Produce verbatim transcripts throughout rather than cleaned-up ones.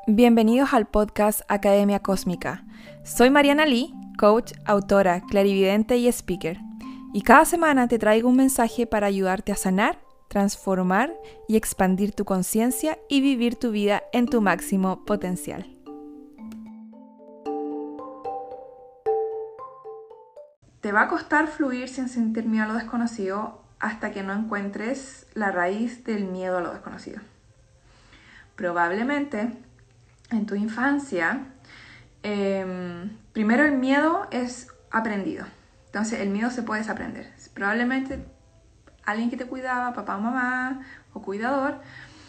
Bienvenidos al podcast Academia Cósmica. Soy Mariana Lee, coach, autora, clarividente y speaker. Y cada semana te traigo un mensaje para ayudarte a sanar, transformar y expandir tu conciencia y vivir tu vida en tu máximo potencial. Te va a costar fluir sin sentir miedo a lo desconocido hasta que no encuentres la raíz del miedo a lo desconocido. Probablemente en tu infancia, eh, primero el miedo es aprendido. Entonces el miedo se puede desaprender. Probablemente alguien que te cuidaba, papá o mamá o cuidador,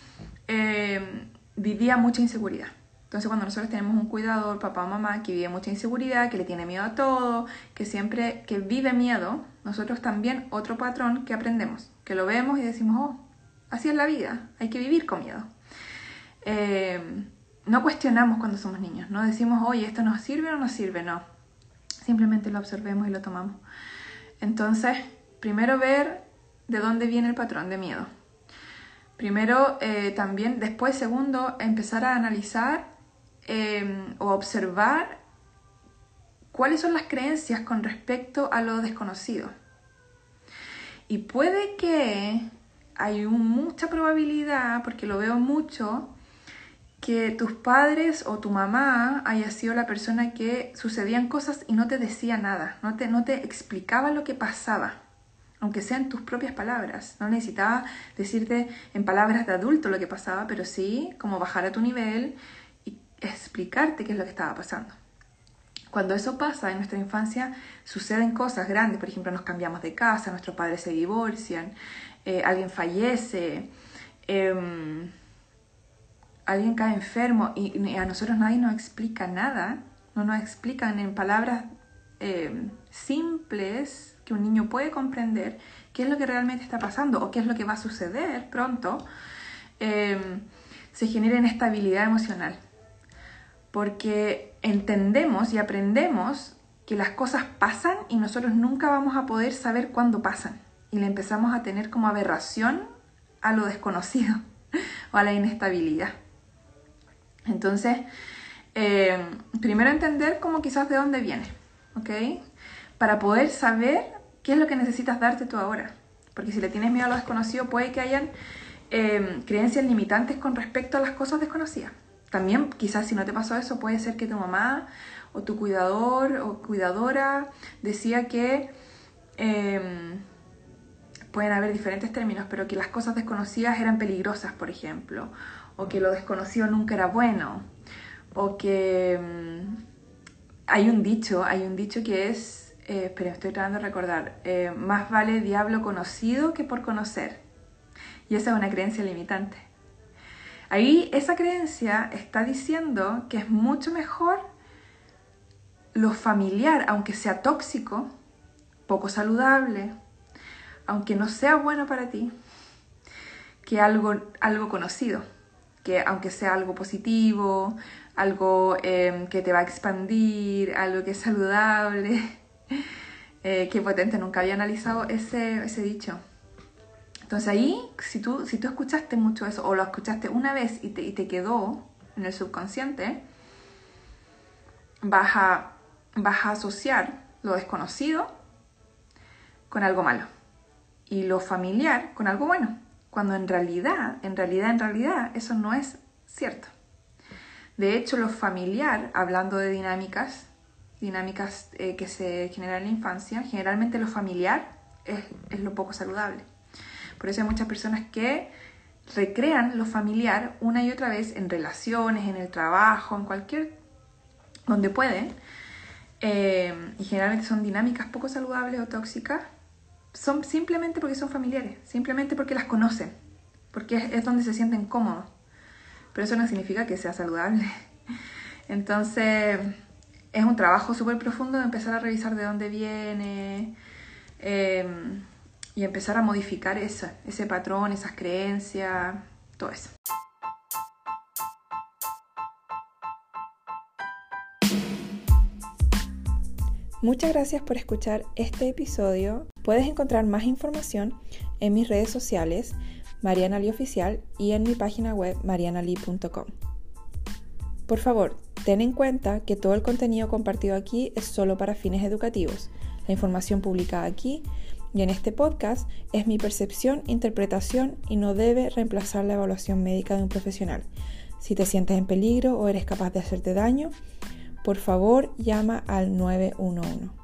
eh, vivía mucha inseguridad. Entonces cuando nosotros tenemos un cuidador, papá o mamá, que vive mucha inseguridad, que le tiene miedo a todo, que siempre que vive miedo, nosotros también otro patrón que aprendemos, que lo vemos y decimos, oh, así es la vida, hay que vivir con miedo. Eh, no cuestionamos cuando somos niños, no decimos, oye, ¿esto nos sirve o no nos sirve? No, simplemente lo observemos y lo tomamos. Entonces, primero ver de dónde viene el patrón de miedo. Primero, eh, también, después, segundo, empezar a analizar eh, o observar cuáles son las creencias con respecto a lo desconocido. Y puede que hay un, mucha probabilidad, porque lo veo mucho, que tus padres o tu mamá haya sido la persona que sucedían cosas y no te decía nada, no te, no te explicaba lo que pasaba, aunque sean tus propias palabras. No necesitaba decirte en palabras de adulto lo que pasaba, pero sí como bajar a tu nivel y explicarte qué es lo que estaba pasando. Cuando eso pasa en nuestra infancia, suceden cosas grandes. Por ejemplo, nos cambiamos de casa, nuestros padres se divorcian, eh, alguien fallece, eh, alguien cae enfermo y a nosotros nadie nos explica nada, no nos explican en palabras eh, simples que un niño puede comprender qué es lo que realmente está pasando o qué es lo que va a suceder pronto. Eh, se genera inestabilidad emocional porque entendemos y aprendemos que las cosas pasan y nosotros nunca vamos a poder saber cuándo pasan y le empezamos a tener como aberración a lo desconocido o a la inestabilidad. Entonces, eh, primero entender como quizás de dónde viene, ¿ok? Para poder saber qué es lo que necesitas darte tú ahora. Porque si le tienes miedo a lo desconocido, puede que hayan eh, creencias limitantes con respecto a las cosas desconocidas. También, quizás si no te pasó eso, puede ser que tu mamá o tu cuidador o cuidadora decía que eh, pueden haber diferentes términos, pero que las cosas desconocidas eran peligrosas, por ejemplo, o que lo desconocido nunca era bueno, o que um, hay un dicho, hay un dicho que es, eh, espera, estoy tratando de recordar, eh, más vale diablo conocido que por conocer, y esa es una creencia limitante. Ahí esa creencia está diciendo que es mucho mejor lo familiar, aunque sea tóxico, poco saludable, aunque no sea bueno para ti, que algo, algo conocido. Que aunque sea algo positivo, algo eh, que te va a expandir, algo que es saludable. Eh, qué potente, nunca había analizado ese, ese dicho. Entonces ahí, si tú, si tú escuchaste mucho eso, o lo escuchaste una vez y te, y te quedó en el subconsciente, vas a, vas a asociar lo desconocido con algo malo y lo familiar con algo bueno. Cuando en realidad, en realidad, en realidad, eso no es cierto. De hecho, lo familiar, hablando de dinámicas, dinámicas eh, que se generan en la infancia, generalmente lo familiar es, es lo poco saludable. Por eso hay muchas personas que recrean lo familiar una y otra vez en relaciones, en el trabajo, en cualquier, donde pueden, eh, y generalmente son dinámicas poco saludables o tóxicas, son simplemente porque son familiares, simplemente porque las conocen, porque es, es donde se sienten cómodos. Pero eso no significa que sea saludable. Entonces, es un trabajo súper profundo de empezar a revisar de dónde viene eh, y empezar a modificar eso, ese patrón, esas creencias, todo eso. Muchas gracias por escuchar este episodio. Puedes encontrar más información en mis redes sociales, Mariana Lee Oficial, y en mi página web mariana lee punto com. Por favor, ten en cuenta que todo el contenido compartido aquí es solo para fines educativos. La información publicada aquí y en este podcast es mi percepción, interpretación y no debe reemplazar la evaluación médica de un profesional. Si te sientes en peligro o eres capaz de hacerte daño, por favor llama al nueve uno uno.